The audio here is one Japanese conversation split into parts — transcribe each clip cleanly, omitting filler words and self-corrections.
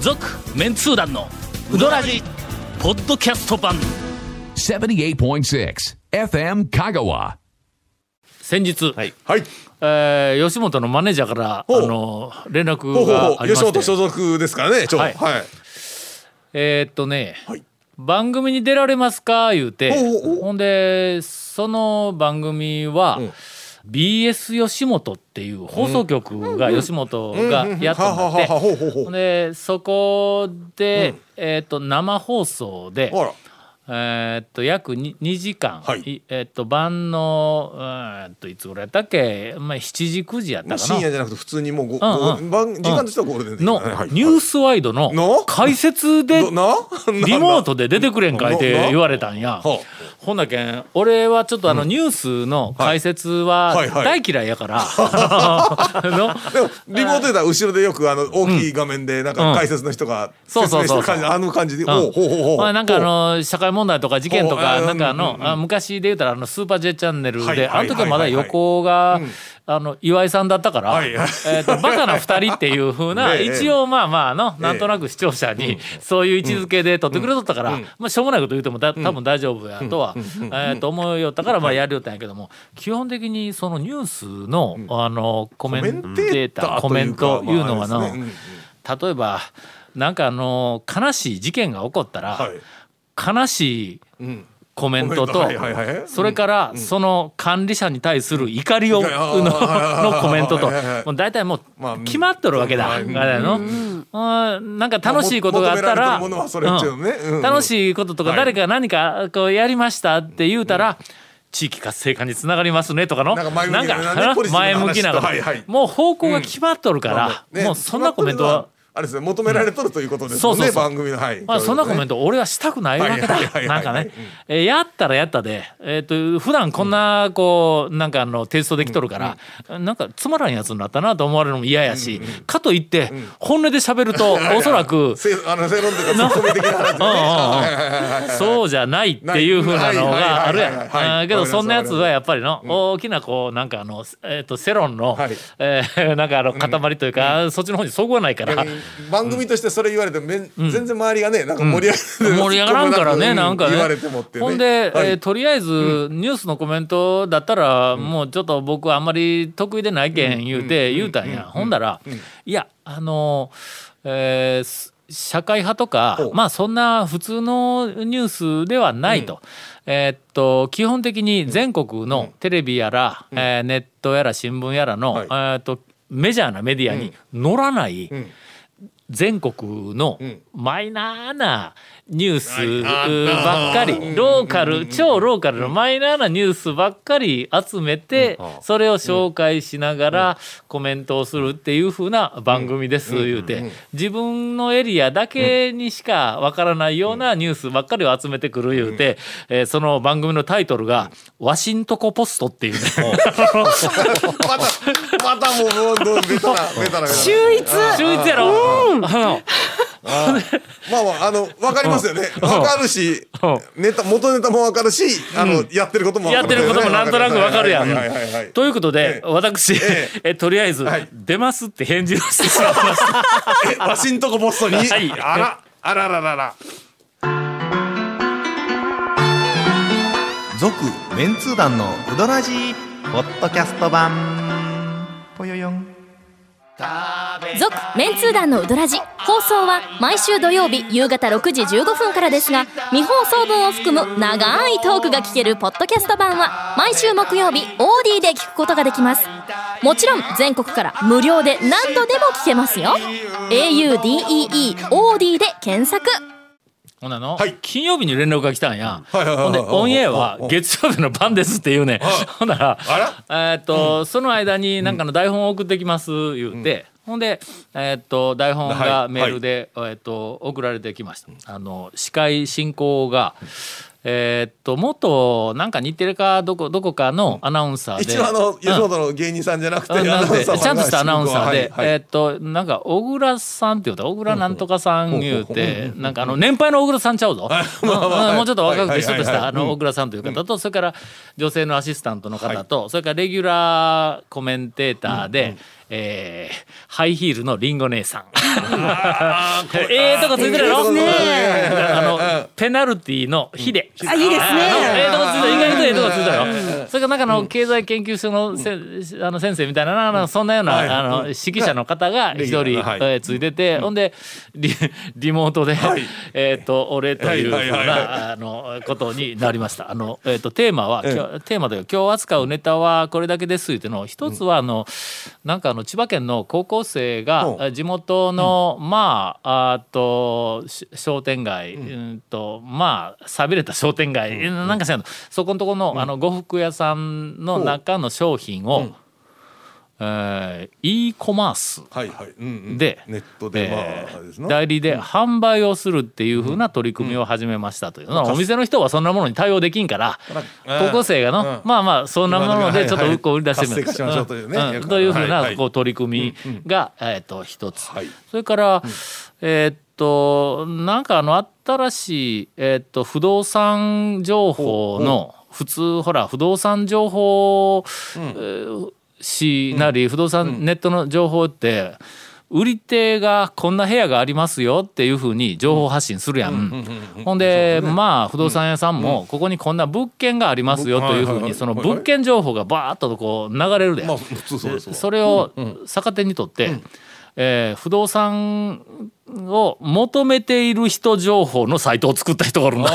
続メンツー団のウドラジポッドキャスト版 78.6 FM 香川。 先日、 はい。 吉本のマネージャーからほう連絡がありまして、 吉本所属ですからね。 はいはい。はい番組に出られますか言うて、 ほうほんでその番組は、BS 吉本っていう放送局が吉本がやったんだって、ほんでそこで、生放送で、 あら。 約 2時間、 はい晩のいつぐらいやったっけ、7時9時やったかな、 深夜じゃなくて普通にもう時間としてはゴールデンでのニュースワイドの解説でリモートで出てくれんかいって言われたんや。ほんだけん俺はちょっとニュースの解説は大嫌いやからでもリモートで後ろでよく大きい画面でなんか解説の人が説明してる感じ、あの感じでなんか社会問題とか事件とかなんか昔で言うたらスーパー J チャンネルであの時はまだ横が岩井さんだったからバカな2人っていう風な一応なんとなく視聴者にそういう位置づけで撮ってくれとったからしょうもないこと言うても多分大丈夫やとは思いよったからやりよったんやけども、基本的にそのニュースのコメンテーターコメントいうのは例えばなんか悲しい事件が起こったら悲しいコメントとそれからその管理者に対する怒りのコメントともう大体もう決まっとるわけだ。なんか楽しいことがあったら楽しいこととか誰か何かこうやりましたって言うたら地域活性化につながりますねとかのなんか前向きなこともう方向が決まっとるからもうそんなコメントはあれですね、求められとるということですよね、番組の。 そんなコメント俺はしたくないわけだ。なんかね、やったらやったで、普段こんなこうなんかテイストできとるから、なんかつまらんやつになったなと思われるのも嫌やし、かといって本音で喋るとおそらく正論というかツッコミ的な話そうじゃないっていう風なのがあるやん。けどそんなやつはやっぱり大きなこうなんか世論のなんか塊というかそっちの方にそぐわないから。 番組としてそれ言われても全然周りがねなんか盛り上がらんからね、なんかね言われてもってね。 ほんで、とりあえずニュースのコメントだったら、もうちょっと僕あんまり得意でないけん言うたんや。ほんだら、いや社会派とかそんな普通のニュースではないと。基本的に全国のテレビやら、ネットやら新聞やらの、メジャーなメディアに載らない、全国のマイナーなニュースばっかり超ローカルのマイナーなニュースばっかり集めてそれを紹介しながらコメントをするっていう風な番組です言うて、自分のエリアだけにしかわからないようなニュースばっかりを集めてくる言うて、その番組のタイトルがワシントコポストっていうねまたもうベタな秀逸やろ。 まあ分かりますよね。分かるし元ネタも分かるしやってることもなんとなく分かるやん。ということで私とりあえず出ますって返事をしてしまいました。 ワシントコポストにあら続メンツー団のウドラジポッドキャスト版ぽよよん。 続メンツー団のウドラジ放送は毎週土曜日夕方6時15分からですが、未放送分を含む長いトークが聞けるポッドキャスト版は毎週木曜日オーディで聞くことができます。もちろん全国から無料で何度でも聞けますよ。 AUDEE オーディで検索。 ほんなの、金曜日に連絡が来たんや。ほんでオンエアは月曜日の晩ですって言うね。ほんならその間に何かの台本を送ってきます言うて、ほんで台本がメールで送られてきました。司会進行が元なんか日テレかどこかのアナウンサーで、 一応吉本の芸人さんじゃなくて、ちゃんとしたアナウンサーで、なんか小倉さんって言うたら小倉なんとかさん言うて、なんか年配の小倉さんちゃうぞ、もうちょっと若くてしょっとした小倉さんという方と、それから女性のアシスタントの方と、それからレギュラーコメンテーターでハイヒールのリンゴ姉さんとこついてるやろ、ペナルティのヒデ、 いいですね。 とこついてる、意外ととこついてるよ。それからなんか経済研究所の先生みたいなそんなような指揮者の方が一人ついてて、ほんでリモートで俺というふうなことになりました。テーマで今日扱うネタはこれだけですっていうのを、一つはなんか千葉県の高校生が地元の商店街寂れた商店街なんかそこのところの呉服屋さんの中の商品をe コマースで代理で販売をするっていう風な取り組みを始めましたという。お店の人はそんなものに対応できんから、高校生がそんなものでちょっと売り出してみるという風な取り組みが一つ。それからなんか新しい不動産情報の普通ほら不動産情報誌なり不動産ネットの情報って売り手がこんな部屋がありますよっていうふうに情報発信するやん。ほんで不動産屋さんもここにこんな物件がありますよというふうにその物件情報がバーッとこう流れるで、それを逆手にとって不動産を求めている人情報のサイトを作った人がおるんだ。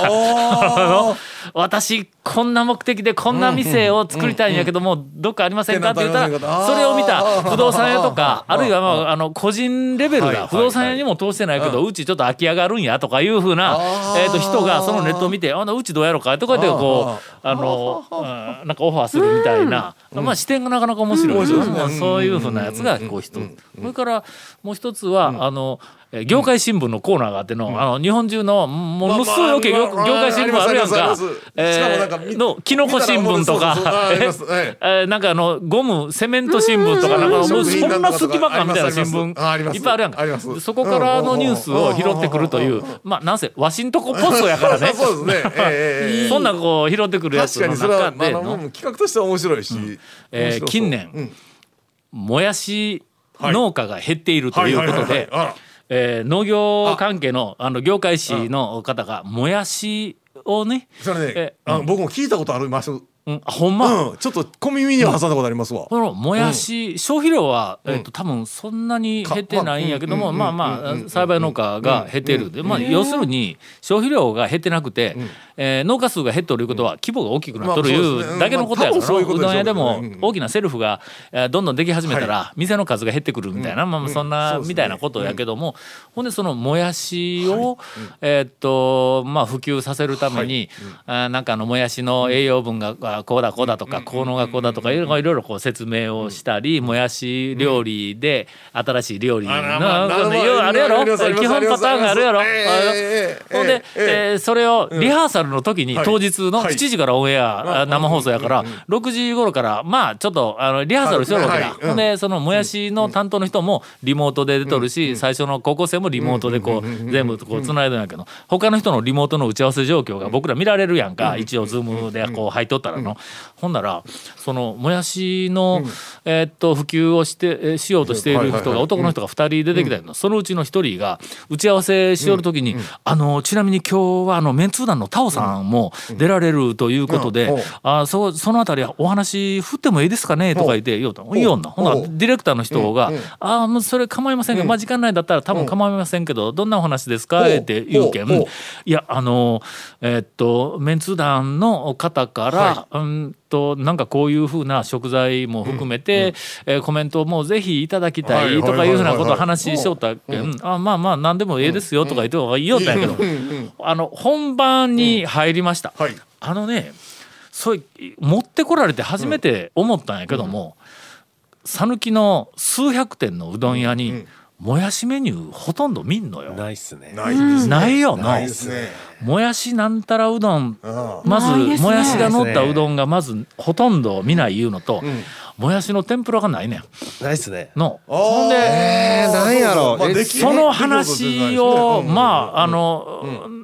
私こんな目的でこんな店を作りたいんやけどもどっかありませんかって言ったら、それを見た不動産屋とかあるいは個人レベルが不動産屋にも通してないけどうちちょっと空き家があるんやとかいうふうな人がそのネットを見てうちどうやろうかとかってこうなんかオファーするみたいな視点がなかなか面白い。そういうふうなやつがこう一つ。それからもう一つは業界新聞のコーナーがあっての日本中のものすごい業界新聞あるやんか。のキノコ新聞とかなんかゴムセメント新聞とかなんかもうそんな隙間感みたいな新聞いっぱいあるやんか。そこからのニュースを拾ってくるというなんせワシントンポストやからね。そんなこう拾ってくるやつの中で企画としては面白いし、 近年もやし農家が減っているということで農業関係の業界誌の方がもやしをね、 それね僕も聞いたことあります。 ほんま、 ちょっと小耳には挟んだことありますわ。 このもやし、消費量は多分そんなに減ってないんやけども栽培農家が減ってるで、要するに消費量が減ってなくて農家数が減っとるいうことは規模が大きくなっとるいうだけのことやからうどん屋でも大きなセルフがどんどんでき始めたら店の数が減ってくるみたいなそんなみたいなことやけども、ほんでそのもやしを普及させるためになんかもやしの栄養分がこうだとか効能がこうだとかいろいろこう説明をしたり、もやし料理で新しい料理のあるやろ、基本パターンがあるやろ。ほんでそれをリハーサルの時に当日の7時からオンエア生放送やから6時頃からちょっとリハーサルしてるわけだ。ほんでそのもやしの担当の人もリモートで出とるし、最初の高校生もリモートでこう全部こうつないでるんやけど、他の人のリモートの打ち合わせ状況が僕ら見られるやんか。一応ズームでこう入っとったらのほんならそのもやしの普及をしようとしている人が男の人が2人出てきたよ。そのうちの1人が打ち合わせしよる時にちなみに今日はメンツー団のタオさんも出られるということでそのあたりお話振ってもいいですかねとか言って言おうといいよんな。ほんならディレクターの人がもうそれ構いませんけど時間内だったら多分構いませんけどどんなお話ですかって言うけん、いやメンツー団の方からなんかこういうふうな食材も含めてコメントもぜひいただきたいとかいうふうなことを話しよったけん、何でもええですよとか言って言おったんやけど本番に入りました。それ持ってこられて初めて思ったんやけども、讃岐の数百店のうどん屋にもやしメニューほとんど見んのよ。 ないっすね。 ないよな。もやしなんたらうどん、まずもやしが乗ったうどんがまずほとんど見ないいうのと、もやしの天ぷらがないねん。 ないっすね。 の。ほんでなんやろ。 その話を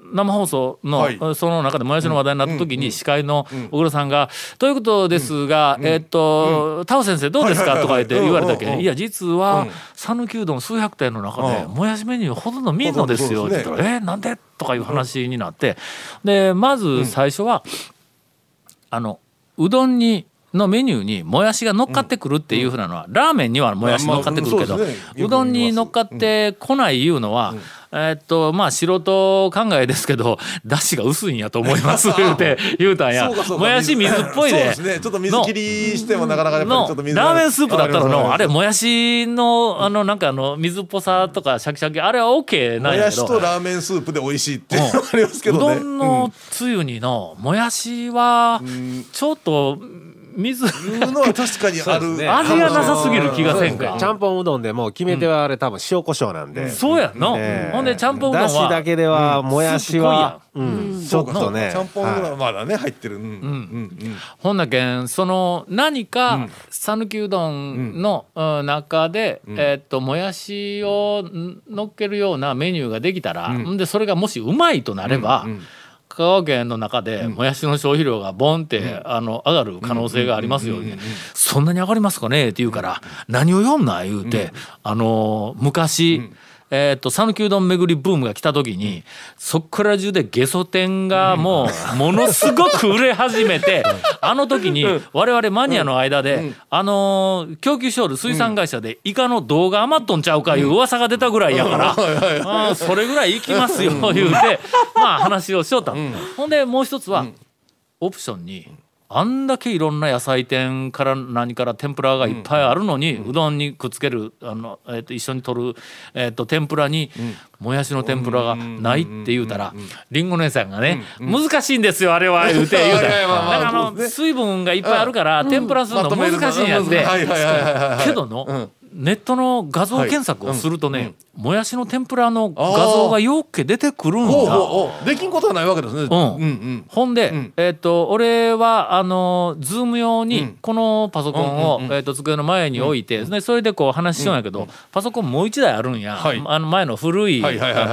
生放送のその中でもやしの話題になった時に司会の小倉さんが「ということですがタオ先生どうですか?」とか言われたけど「いや実は讃岐うどん数百店の中でもやしメニューほとんど見んのですよ」って言ったら「なんで?」とかいう話になってでまず最初はうどんのメニューにもやしが乗っかってくるっていうふうなのはラーメンにはもやし乗っかってくるけどうどんに乗っかってこないいうのはまあ素人考えですけど出汁が薄いんやと思います言うたんや。もやし水っぽいでちょっと水切りしてもなかなかやっぱりちょっと水ラーメンスープだったのあれもやしのなんか水っぽさとかシャキシャキあれは OK なんやけどもやしとラーメンスープで美味しいってありますけどね。 うどんのつゆにのもやしはちょっと水いうのは確かにある、 ね、味がなさすぎる気がせんか。 ちゃんぽんうどんでも決め手はあれ多分塩コショウなんで、 そうやんの、ほんでちゃんぽんうどんはだしだけではもやしは、ちょっとねちゃんぽんうどんはまだね入ってる、 ほんだけん何か讃岐うどんの中で、もやしを乗っけるようなメニューができたら、でそれがもしうまいとなれば、香川県の中でもやしの消費量がボンって上がる可能性がありますよね。そんなに上がりますかねって言うから何を読んな言うて昔讃岐うどん巡りブームが来た時にそっから中でゲソ天がものすごく売れ始めて時に我々マニアの間で供給しおる水産会社でイカの動画余っとんちゃうかいう噂が出たぐらいやからそれぐらい行きますよ言うてまあ話をしよった。ほんでもう一つはオプションにあんだけいろんな野菜店から何から天ぷらがいっぱいあるのに、うどんにくっつける一緒に取る、天ぷらに、もやしの天ぷらがないって言うたら、りんご姉さんがね、難しいんですよあれは言うたらなんか水分がいっぱいあるから、天ぷらするの難しいんやってけどの、ネットの画像検索をするとね、もやしの天ぷらの画像がよっけ出てくるんだ。 できんことはないわけですね。 ほんで、俺はズーム用にこのパソコンを、机の前に置いて、それでこう話しようんやけど、パソコンもう一台あるんや、前の古い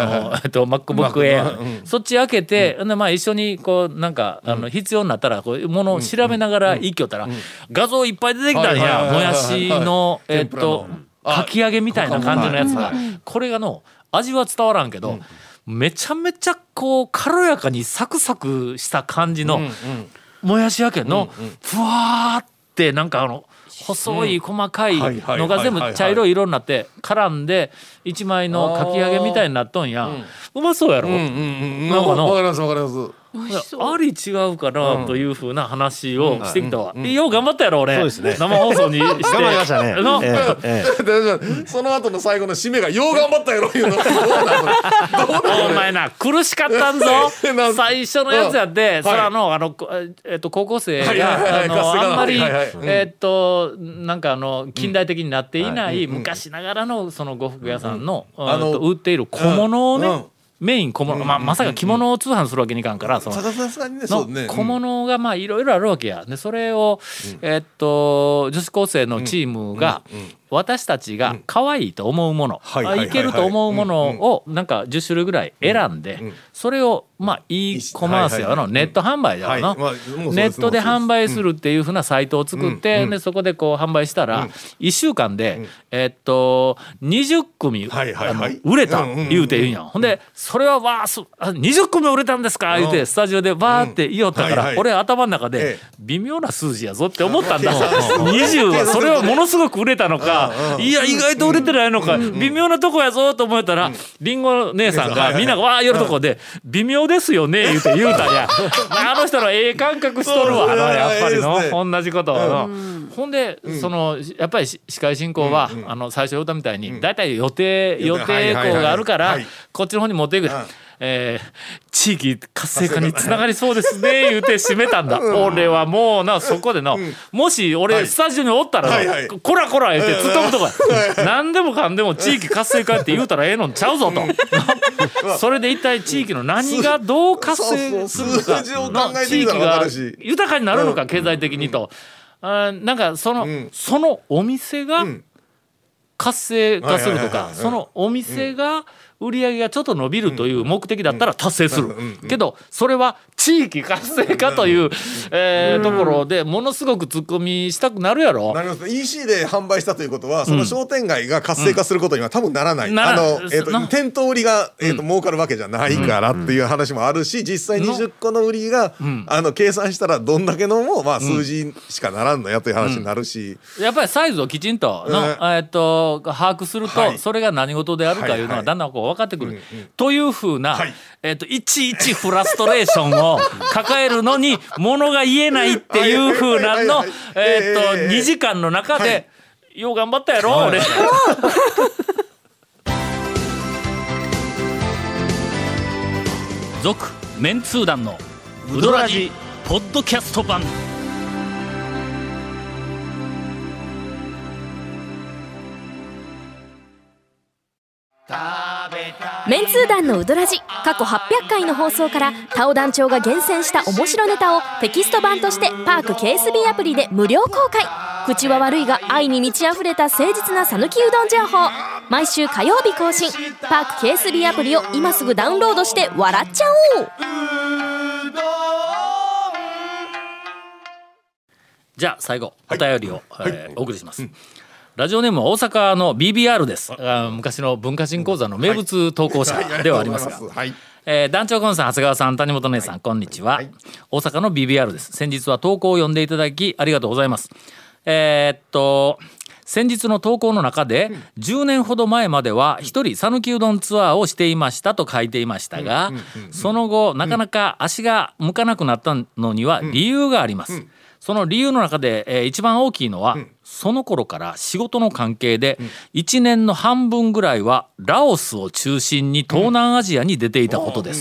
MacBook Air、そっち開けて、まあ、一緒にこうなんか必要になったらこういうものを調べながら行きよったら、画像いっぱい出てきたんや、もやしのかき揚げみたいな感じのやつが、これが味は伝わらんけど、めちゃめちゃこう軽やかにサクサクした感じのもやしやけのふわーってなんか細い細かいのが全部茶色い色になって絡んで一枚のかき揚げみたいになっとんや。うまそうやろ。なんかわかりますわかります。 あり違うかなというふうな話をしてきたわ。よう頑張ったやろ俺。 そうですね。 生放送にして頑張りましたね。その後の最後の締めがよう頑張ったやろいうの。 お前な苦しかったんぞ。最初のやつやってそれ高校生があんまりなんか近代的になっていない昔ながらのその呉服屋さんの売っている小物をね。メイン小物、まさか着物を通販するわけにいかんから小物がまあいろいろあるわけや。でそれを、女子高生のチームが私たちが可愛いと思うもの、いけると思うものをなんか10種類ぐらい選んで、それをまあeコマースやネット販売だよな、ネットで販売するっていうふうなサイトを作って、でそこでこう販売したら1週間で20組売れた言うて言うんや。ほんでそれは20組売れたんですか言うてスタジオでバーって言おったから、俺頭の中で微妙な数字やぞって思ったんだ。20はそれはものすごく売れたのか、いや意外と売れてないのか、微妙なとこやぞと思ったら、りんご姉さんがみんながわー言うとこで微妙ですよね言うて言うたんや。あの人の感覚しとるわやっぱりの同じことをほんでやっぱり司会進行は最初言ったみたいにだいたい予定校があるからこっちの方に持っていく。地域活性化につながりそうですね言うて締めたんだ。俺はもうそこでもし俺スタジオにおったらこらこら言うて突っ込むとこや。何でもかんでも地域活性化って言うたらええのちゃうぞと。それで一体地域の何がどう活性するか地域が豊かになるのか経済的にと、なんかそのお店が活性化するとか、そのお店が売り上げがちょっと伸びるという目的だったら達成するけど、それは地域活性化という、ところでものすごく突っ込みしたくなるやろ。 なります。 EC で販売したということはその商店街が活性化することには多分ならない、店頭売りが、儲かるわけじゃないからっていう話もあるし、実際20個の売りが、計算したらどんだけのも、まあ、数字しかならんのやという話になるし、 やっぱりサイズをきちんとの、把握すると、それが何事であるかいうのはだんだんこう分かってくる、というふうな、いちいちフラストレーションを抱えるのにものが言えないっていうふうなの2時間の中で、よう頑張ったやろ、俺。続メンツー団のウドラジポッドキャスト版。 メンツー団のウドラジ過去800回の放送からタオ団長が厳選した面白ネタをテキスト版としてパーク KSB アプリで無料公開。口は悪いが愛に満ち溢れた誠実な讃岐うどん情報、毎週火曜日更新。パーク KSB アプリを今すぐダウンロードして笑っちゃおう。 じゃあ最後お便りを、お送りします。ラジオネームは大阪の BBR です。昔の文化人講座の名物投稿者ではありますが、団長コンさん、長谷川さん、谷本姉さん、こんにちは、大阪の BBR です。先日は投稿を読んでいただきありがとうございます。先日の投稿の中で、10年ほど前までは一人讃岐うどんツアーをしていましたと書いていましたが、その後なかなか足が向かなくなったのには理由があります。その理由の中で、一番大きいのは、その頃から仕事の関係で、1年の半分ぐらいはラオスを中心に東南アジアに出ていたことです。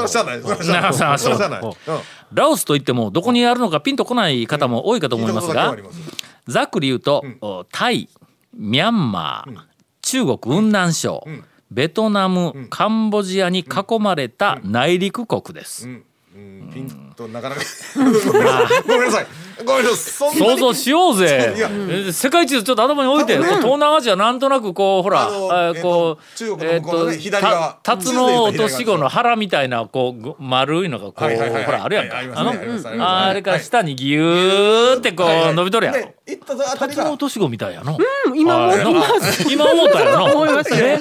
ラオスといってもどこにあるのかピンとこない方も多いかと思いますが、ざっくり言うと、タイ、ミャンマー、中国雲南省、ベトナム、カンボジアに囲まれた内陸国です。 ピンとなかなかごめんなさい想像しようぜ。世界地図ちょっと頭に置いて、東南アジアなんとなくこうほら、こうタツノオトシゴの腹みたいなこう丸いのがこうほらあるやんか。あれから下にギューってこう伸びとるやん。タツノオトシゴみたいやの。今思ったやろ。思いましたね。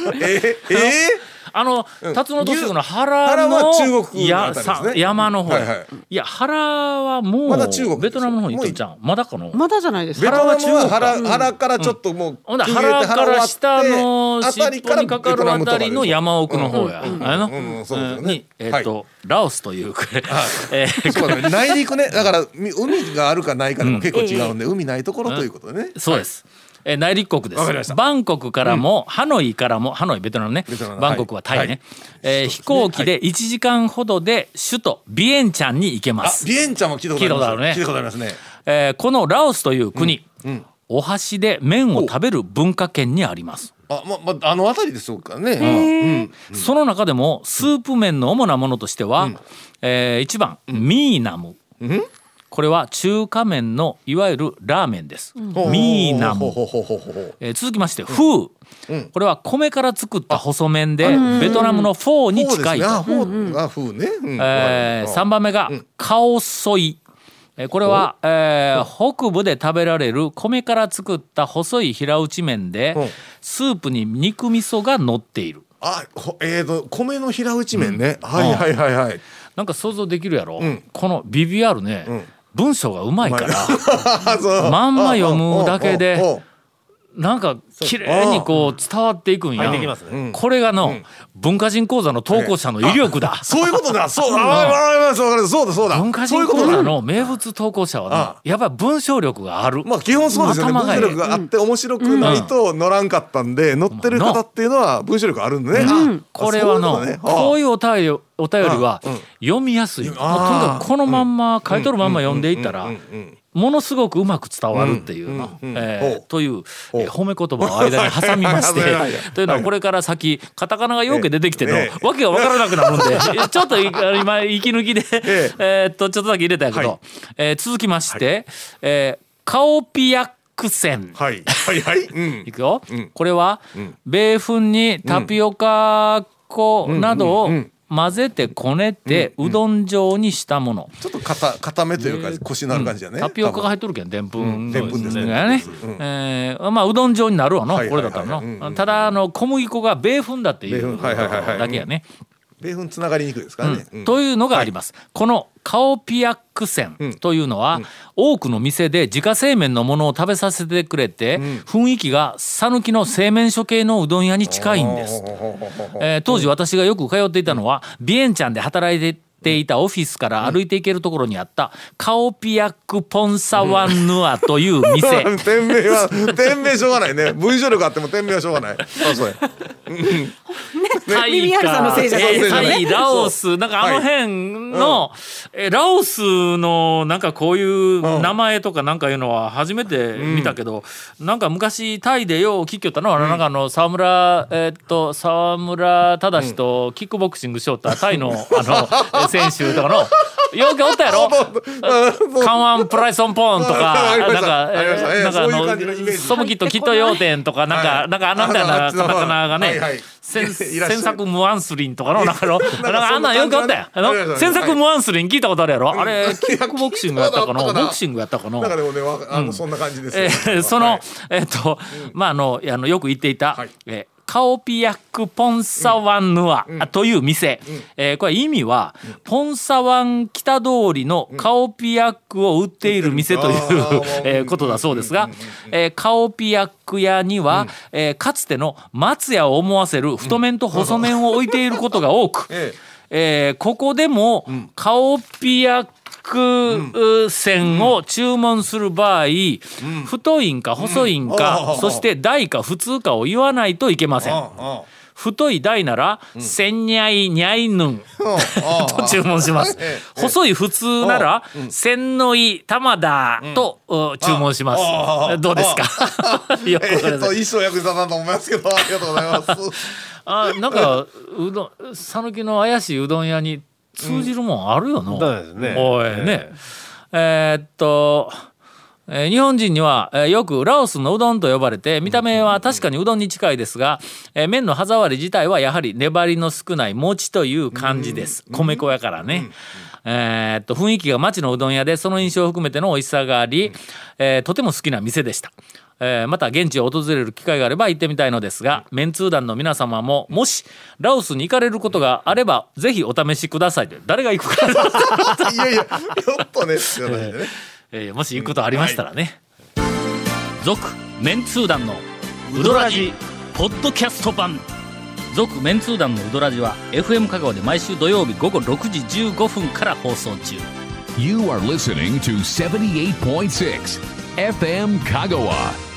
タツノオトシゴの腹の山の方、いや腹はもうベトナムの方に行っとんちゃう。まだかの。 まだじゃないですか。 腹は中国。腹からちょっともう腹から下の尻尾にかかるあたりの山奥の方や。にラオスという内陸ね。だから海があるかないかでも結構違うんで、海ないところということね。 そうです。内陸国です。バンコクからも、ハノイからも、ハノイベトナムね、バンコクはタイね、飛行機で1時間ほどで首都ビエンチャンに行けます。 ビエンチャンも聞いたことあるね。聞いたことありますね。 このラオスという国、お箸で麺を食べる文化圏にあります。 あの辺りでそうかね。 その中でもスープ麺の主なものとしては、1番ミーナム。これは中華麺のいわゆるラーメンです。ミーナム。続きましてフー。これは米から作った細麺でベトナムのフォーに近いと。3番目がカオソイ。これは、北部で食べられる米から作った細い平打ち麺で、スープに肉味噌が乗っている。 米の平打ち麺ね。 なんか想像できるやろ。この BBR ね、文章がうまいからまんま読むだけでなんか綺麗にこう伝わっていくんや。これがの文化人講座の投稿者の威力だ。 そういうことだ。そうだ。 文化人講座の名物投稿者はやっぱり文章力がある。 基本そうですよね。文章力があって面白くないと乗らんかったんで、乗ってる方っていうのは文章力あるんでね。これはのこういうお便りは読みやすい。とにかくこのまんま書いとるまんま読んでいったらものすごくうまく伝わるっていうの、という褒め言葉を間に挟みましてというのはこれから先カタカナがよく出てきてのわけが分からなくなるんでちょっと今息抜きでちょっとだけ入れたんやけど、続きまして、カオピヤック船、 はいはいはい、 いくよ、これは、米粉にタピオカ粉などを混ぜてこねてうどん状にしたもの。 ちょっと固めというかコシのある感じだね。 タピオカが入っとるけんでんぷんでんぷんですね。 まあうどん状になるわの、これだったらの。ただ小麦粉が米粉だっていうだけやね。 米粉つながりにくいですからね、 というのがあります、このカオピアック船というのは、多くの店で自家製麺のものを食べさせてくれて、雰囲気が讃岐の製麺所系のうどん屋に近いんです。当時私がよく通っていたのは、ビエンチャンで働いていたオフィスから歩いていけるところにあったカオピアックポンサワンヌアという店店名しょうがないね。文章力あっても店名はしょうがない。そうやタイかタイラオスなんかあの辺の、ラオスのなんかこういう名前とかなんかいうのは初めて見たけど、なんか昔タイでよう聞きよったのは、なんか沢村忠とキックボクシングしよったタイの選手とかのよくおったやろ。カンワンプライソンポーンとかなんかソムキットキット用店とかなんかあんなみたいなカタカナがね、千作ムアンスリンとかのなんかあんなんよくあったやん。千作ムアンスリン聞いたことあるやろ。あれキックボクシングやったかな、ボクシングやったかな。 なんかでもね、そんな感じですよ。 そのまあよく言っていたカオピアックポンサワンヌアという店、これ意味はポンサワン北通りのカオピアックを売っている店ということだそうですが、カオピアック屋には、かつての松屋を思わせる太麺と細麺を置いていることが多く、ここでもカオピアック線を注文する場合、太いんか細いんか、そして大か普通かを言わないといけません。太い大なら千にゃいにゃいぬんと注文します。細い普通なら千のい玉だと注文します。どうですか。 一生役に立たんと思いますけど、ありがとうございます。 なんか讃岐の怪しいうどん屋に通じるもんあるよな。おいね。日本人にはよくラオスのうどんと呼ばれて、見た目は確かにうどんに近いですが、麺の歯触り自体はやはり粘りの少ない餅という感じです。米粉やからね。雰囲気が町のうどん屋で、その印象を含めての美味しさがあり、とても好きな店でした。また現地を訪れる機会があれば行ってみたいのですが、メンツー団の皆様ももしラオスに行かれることがあればぜひお試しください。誰が行くかいやちょっとねもし行くことありましたらね。続メンツー団のウドラジポッドキャスト版。続メンツー団のウドラジは FM 香川で毎週土曜日午後6時15分から放送中。 You are listening to 78.6 FM 香川。